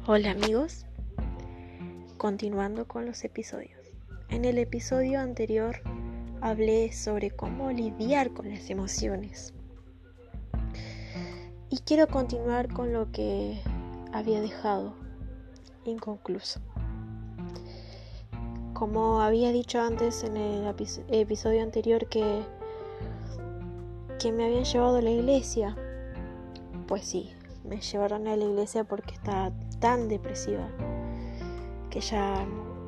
Hola amigos, continuando con los episodios. En el episodio anterior hablé sobre cómo lidiar con las emociones y quiero continuar con lo que había dejado inconcluso. Como había dicho antes en el episodio anterior que me habían llevado a la iglesia, pues sí, me llevaron a la iglesia porque estaba tan depresiva que ya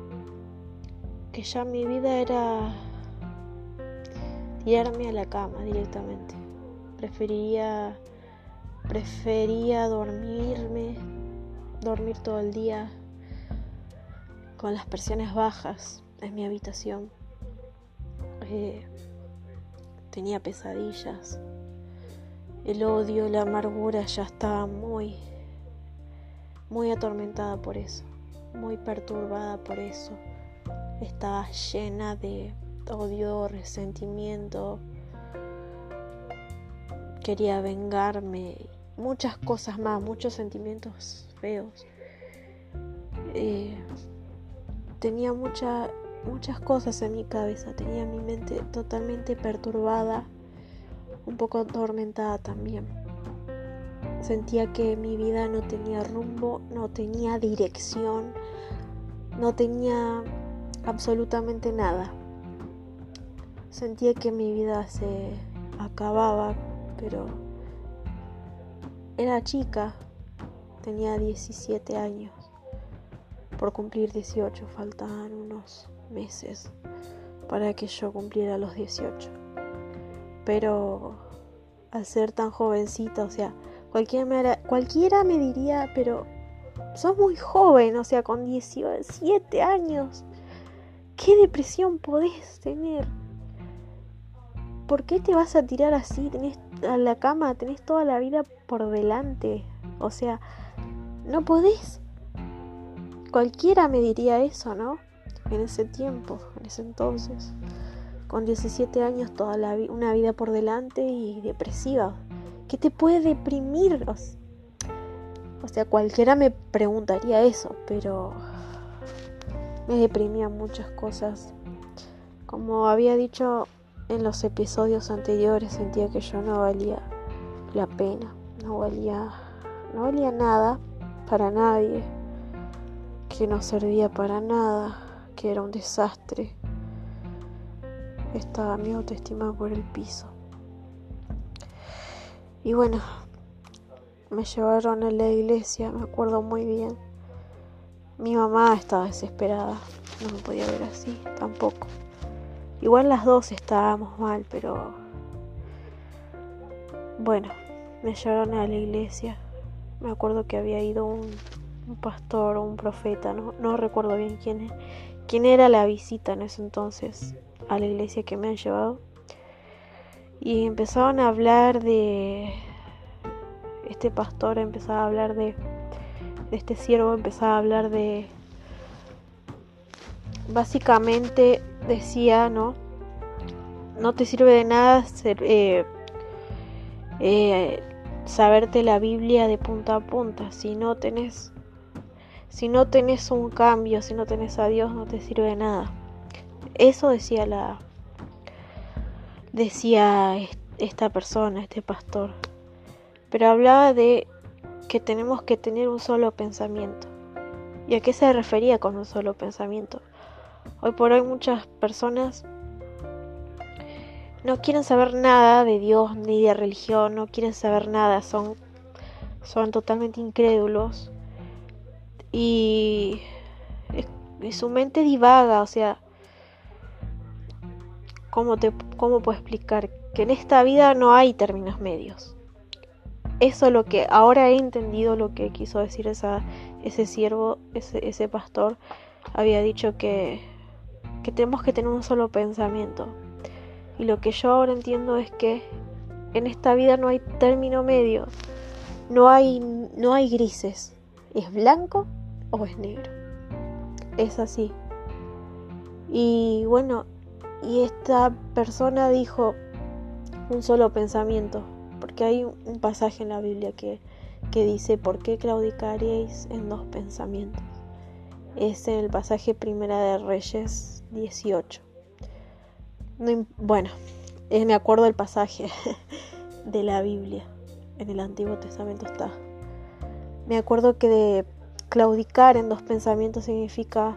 mi vida era tirarme a la cama directamente. Prefería dormir todo el día con las persianas bajas en mi habitación. Tenía pesadillas. El odio, la amargura ya estaba muy atormentada por eso, muy perturbada por eso. Estaba llena de odio, resentimiento. Quería vengarme, muchas cosas más, muchos sentimientos feos. Tenía muchas cosas en mi cabeza, tenía mi mente totalmente perturbada, un poco atormentada también. Sentía que mi vida no tenía rumbo, no tenía dirección, no tenía absolutamente nada. Sentía que mi vida se acababa, pero era chica, tenía 17 años, por cumplir 18, faltaban unos meses para que yo cumpliera los 18. Pero al ser tan jovencita, o sea, cualquiera me diría, pero sos muy joven, o sea, con 17 años, ¿qué depresión podés tener? ¿Por qué te vas a tirar así? Tenés a la cama, tenés toda la vida por delante, o sea, no podés. Cualquiera me diría eso, ¿no? En ese tiempo, en ese entonces, con 17 años, una vida por delante y depresiva. ¿Qué te puede deprimir? O sea, cualquiera me preguntaría eso, pero me deprimían muchas cosas. Como había dicho en los episodios anteriores, sentía que yo no valía la pena, no valía nada para nadie, que no servía para nada, que era un desastre. Estaba mi autoestima por el piso. Y bueno, me llevaron a la iglesia, me acuerdo muy bien. Mi mamá estaba desesperada, no me podía ver así tampoco. Igual las dos estábamos mal, pero bueno, me llevaron a la iglesia. Me acuerdo que había ido un pastor o un profeta, no recuerdo bien quién era la visita en ese entonces a la iglesia que me han llevado. Y empezaron a hablar de este pastor, empezaba a hablar de este siervo, empezaba a hablar de, básicamente decía, no te sirve de nada saberte la Biblia de punta a punta. Si no tenés un cambio, si no tenés a Dios, no te sirve de nada. Eso decía esta persona, este pastor. Pero hablaba de que tenemos que tener un solo pensamiento. ¿Y a qué se refería con un solo pensamiento? Hoy por hoy muchas personas no quieren saber nada de Dios ni de religión, no quieren saber nada, son totalmente incrédulos y su mente divaga, o sea, ¿cómo puedo explicar? Que en esta vida no hay términos medios. Eso es lo que ahora he entendido, lo que quiso decir ese siervo, ese pastor. Había dicho que tenemos que tener un solo pensamiento. Y lo que yo ahora entiendo es que en esta vida no hay término medio. No hay grises. ¿Es blanco o es negro? Es así. Y bueno, y esta persona dijo un solo pensamiento. Porque hay un pasaje en la Biblia que que dice: ¿por qué claudicaréis en dos pensamientos? Es en el pasaje Primera de Reyes 18. Me acuerdo del pasaje de la Biblia, en el Antiguo Testamento está. Me acuerdo que de claudicar en dos pensamientos significa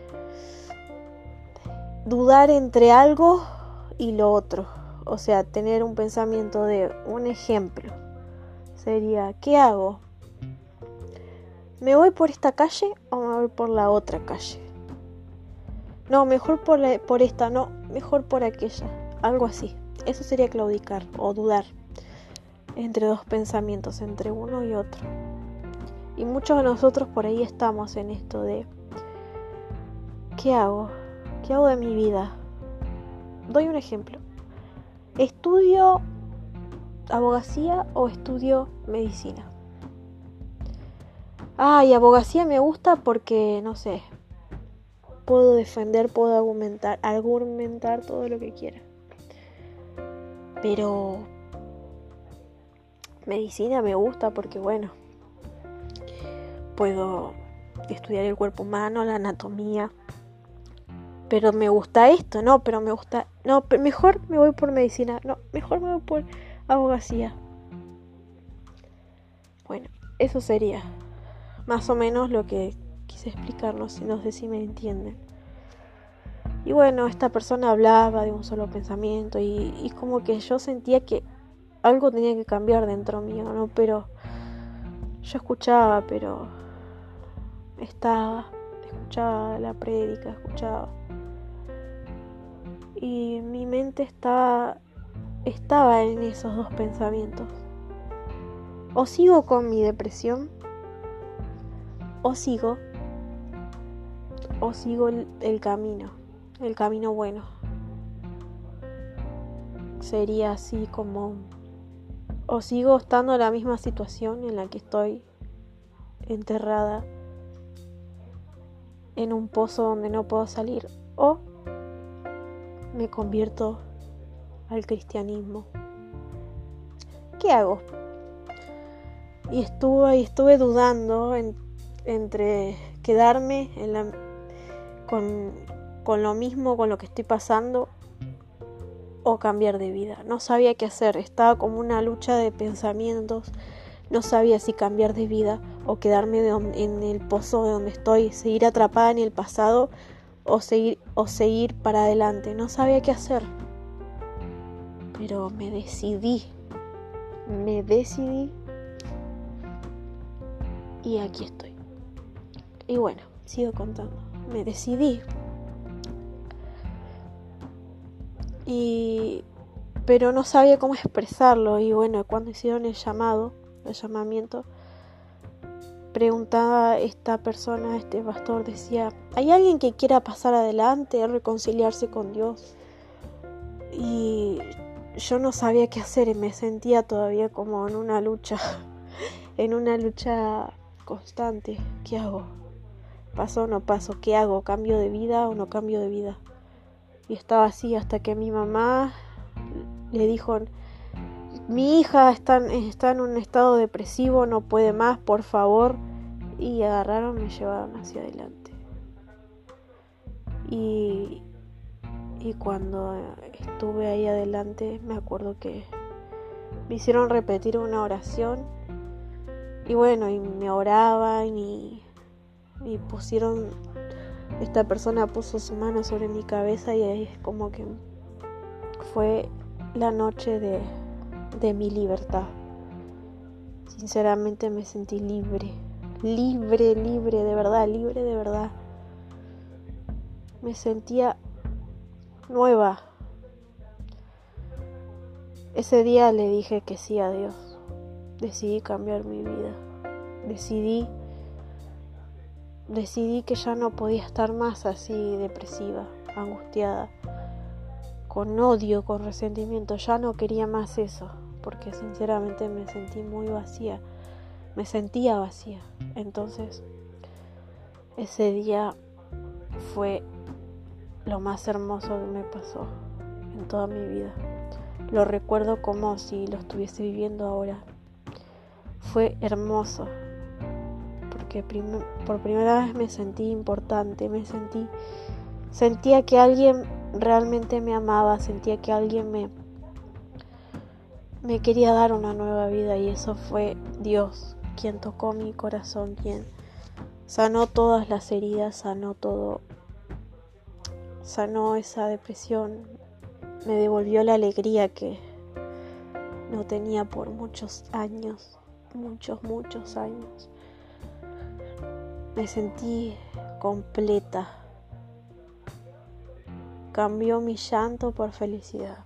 dudar entre algo y lo otro. O sea, tener un pensamiento de un ejemplo. Sería: ¿qué hago? ¿Me voy por esta calle o me voy por la otra calle? No, mejor por esta, no, mejor por aquella. Algo así. Eso sería claudicar o dudar entre dos pensamientos, entre uno y otro. Y muchos de nosotros por ahí estamos en esto de: ¿qué hago? ¿Qué hago de mi vida? Doy un ejemplo. ¿Estudio abogacía o estudio medicina? Y abogacía me gusta porque, no sé, puedo defender, puedo argumentar todo lo que quiera. Pero medicina me gusta porque, bueno, puedo estudiar el cuerpo humano, la anatomía. Pero me gusta esto, no, pero me gusta... No, mejor me voy por medicina, no, mejor me voy por abogacía. Bueno, eso sería más o menos lo que quise explicarnos, no sé si me entienden. Y bueno, esta persona hablaba de un solo pensamiento y como que yo sentía que algo tenía que cambiar dentro mío, ¿no? Pero yo escuchaba, pero escuchaba la prédica, escuchaba. Y mi mente estaba en esos dos pensamientos. O sigo con mi depresión, o sigo el camino bueno. Sería así como: o sigo estando en la misma situación en la que estoy, enterrada en un pozo donde no puedo salir, o me convierto al cristianismo. ¿Qué hago? Y estuve dudando entre quedarme con lo mismo, con lo que estoy pasando, o cambiar de vida. No sabía qué hacer, estaba como una lucha de pensamientos. No sabía si cambiar de vida o quedarme en el pozo de donde estoy, seguir atrapada en el pasado o seguir para adelante. No sabía qué hacer, pero me decidí y aquí estoy. Y bueno, sigo contando. Me decidí. Pero no sabía cómo expresarlo. Y bueno, cuando hicieron el llamamiento, preguntaba esta persona, este pastor, decía: ¿hay alguien que quiera pasar adelante, reconciliarse con Dios? Y yo no sabía qué hacer y me sentía todavía como en una lucha constante. ¿Qué hago? ¿Paso o no paso? ¿Qué hago? ¿Cambio de vida o no cambio de vida? Y estaba así hasta que mi mamá le dijo: mi hija está en un estado depresivo, no puede más, por favor. Y me llevaron hacia adelante. Y cuando estuve ahí adelante, me acuerdo que me hicieron repetir una oración. Y bueno, y me oraban y esta persona puso su mano sobre mi cabeza y ahí es como que fue la noche de mi libertad. Sinceramente me sentí libre, de verdad. Me sentía nueva. Ese día le dije que sí a Dios. Decidí cambiar mi vida. Decidí que ya no podía estar más así depresiva, angustiada, con odio, con resentimiento. Ya no quería más eso, porque sinceramente me sentí muy vacía. Me sentía vacía. Entonces, ese día fue lo más hermoso que me pasó en toda mi vida. Lo recuerdo como si lo estuviese viviendo ahora. fue hermoso, porque por primera vez me sentí importante, sentía que alguien realmente me amaba, sentía que alguien me quería dar una nueva vida, y eso fue Dios quien tocó mi corazón, quien sanó todas las heridas, sanó todo, sanó esa depresión, me devolvió la alegría que no tenía por muchos años, muchos años. Me sentí completa. Cambió mi llanto por felicidad.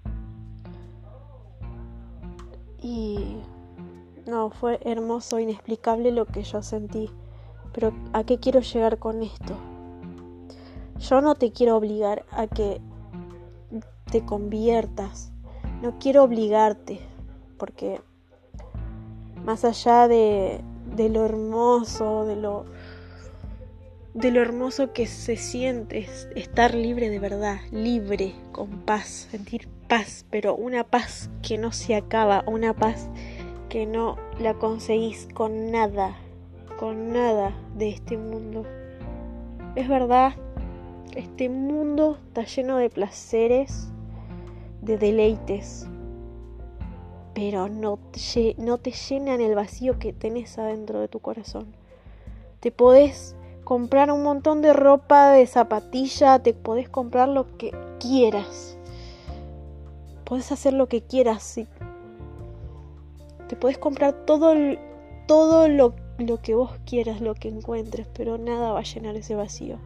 Y no, fue hermoso, inexplicable lo que yo sentí. Pero ¿a qué quiero llegar con esto? Yo no te quiero obligar a que te conviertas. No quiero obligarte, porque más allá de lo hermoso, de lo hermoso que se siente estar libre de verdad, libre, con paz, sentir paz, pero una paz que no se acaba, una paz que no la conseguís con nada de este mundo. Es verdad, este mundo está lleno de placeres, de deleites, pero no te llenan el vacío que tenés adentro de tu corazón. Te podés comprar un montón de ropa, de zapatilla, te podés comprar lo que quieras, podés hacer lo que quieras, ¿sí? Te podés comprar todo lo que vos quieras, lo que encuentres, pero nada va a llenar ese vacío.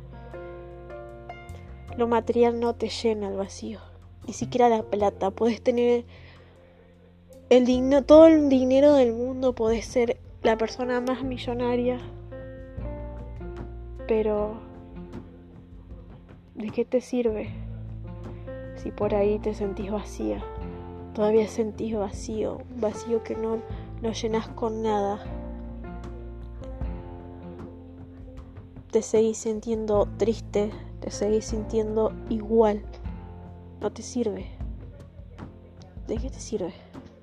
Lo material no te llena el vacío, ni siquiera la plata. Podés tener todo el dinero del mundo, podés ser la persona más millonaria, pero ¿de qué te sirve si por ahí te sentís vacía? Todavía sentís vacío, un vacío que no lo llenás con nada. Te seguís sintiendo triste, te seguís sintiendo igual. No te sirve. ¿De qué te sirve?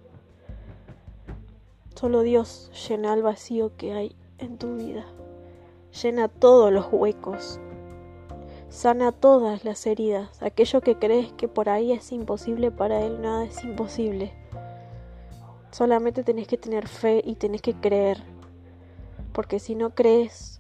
Solo Dios llena el vacío que hay en tu vida. Llena todos los huecos. Sana todas las heridas. Aquello que crees que por ahí es imposible, para Él nada es imposible. Solamente tenés que tener fe y tenés que creer. Porque si no crees,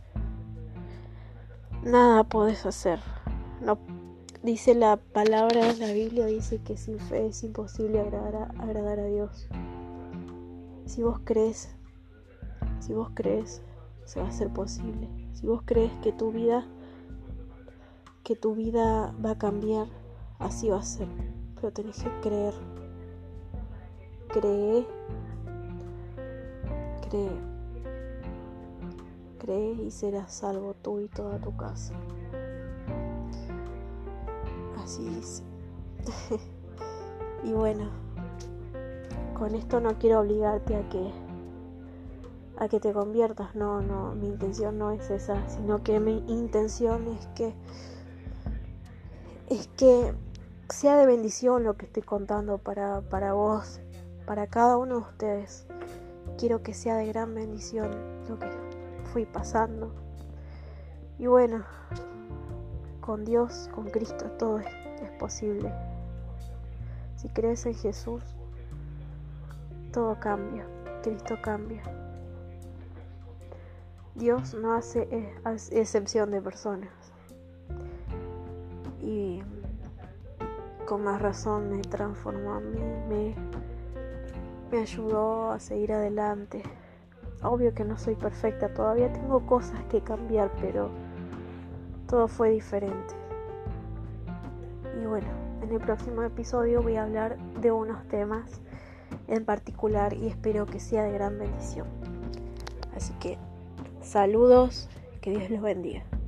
nada podés hacer. No, dice la palabra, la Biblia dice que sin fe es imposible agradar a Dios. Si vos crees, se va a hacer posible. Si vos crees que tu vida va a cambiar, así va a ser. Pero tenés que creer. Cree y serás salvo tú y toda tu casa. Así dice. Y bueno, con esto no quiero obligarte a que te conviertas. No, mi intención no es esa, sino que mi intención es que sea de bendición lo que estoy contando para vos, para cada uno de ustedes. Quiero que sea de gran bendición lo que fui pasando. Y bueno, con Dios, con Cristo, todo es posible. Si crees en Jesús, todo cambia. Cristo cambia. Dios no hace excepción de personas. Y con más razón me transformó a mí, me ayudó a seguir adelante. Obvio que no soy perfecta, todavía tengo cosas que cambiar, pero todo fue diferente. Y bueno, en el próximo episodio voy a hablar de unos temas en particular y espero que sea de gran bendición. Así que saludos, que Dios los bendiga.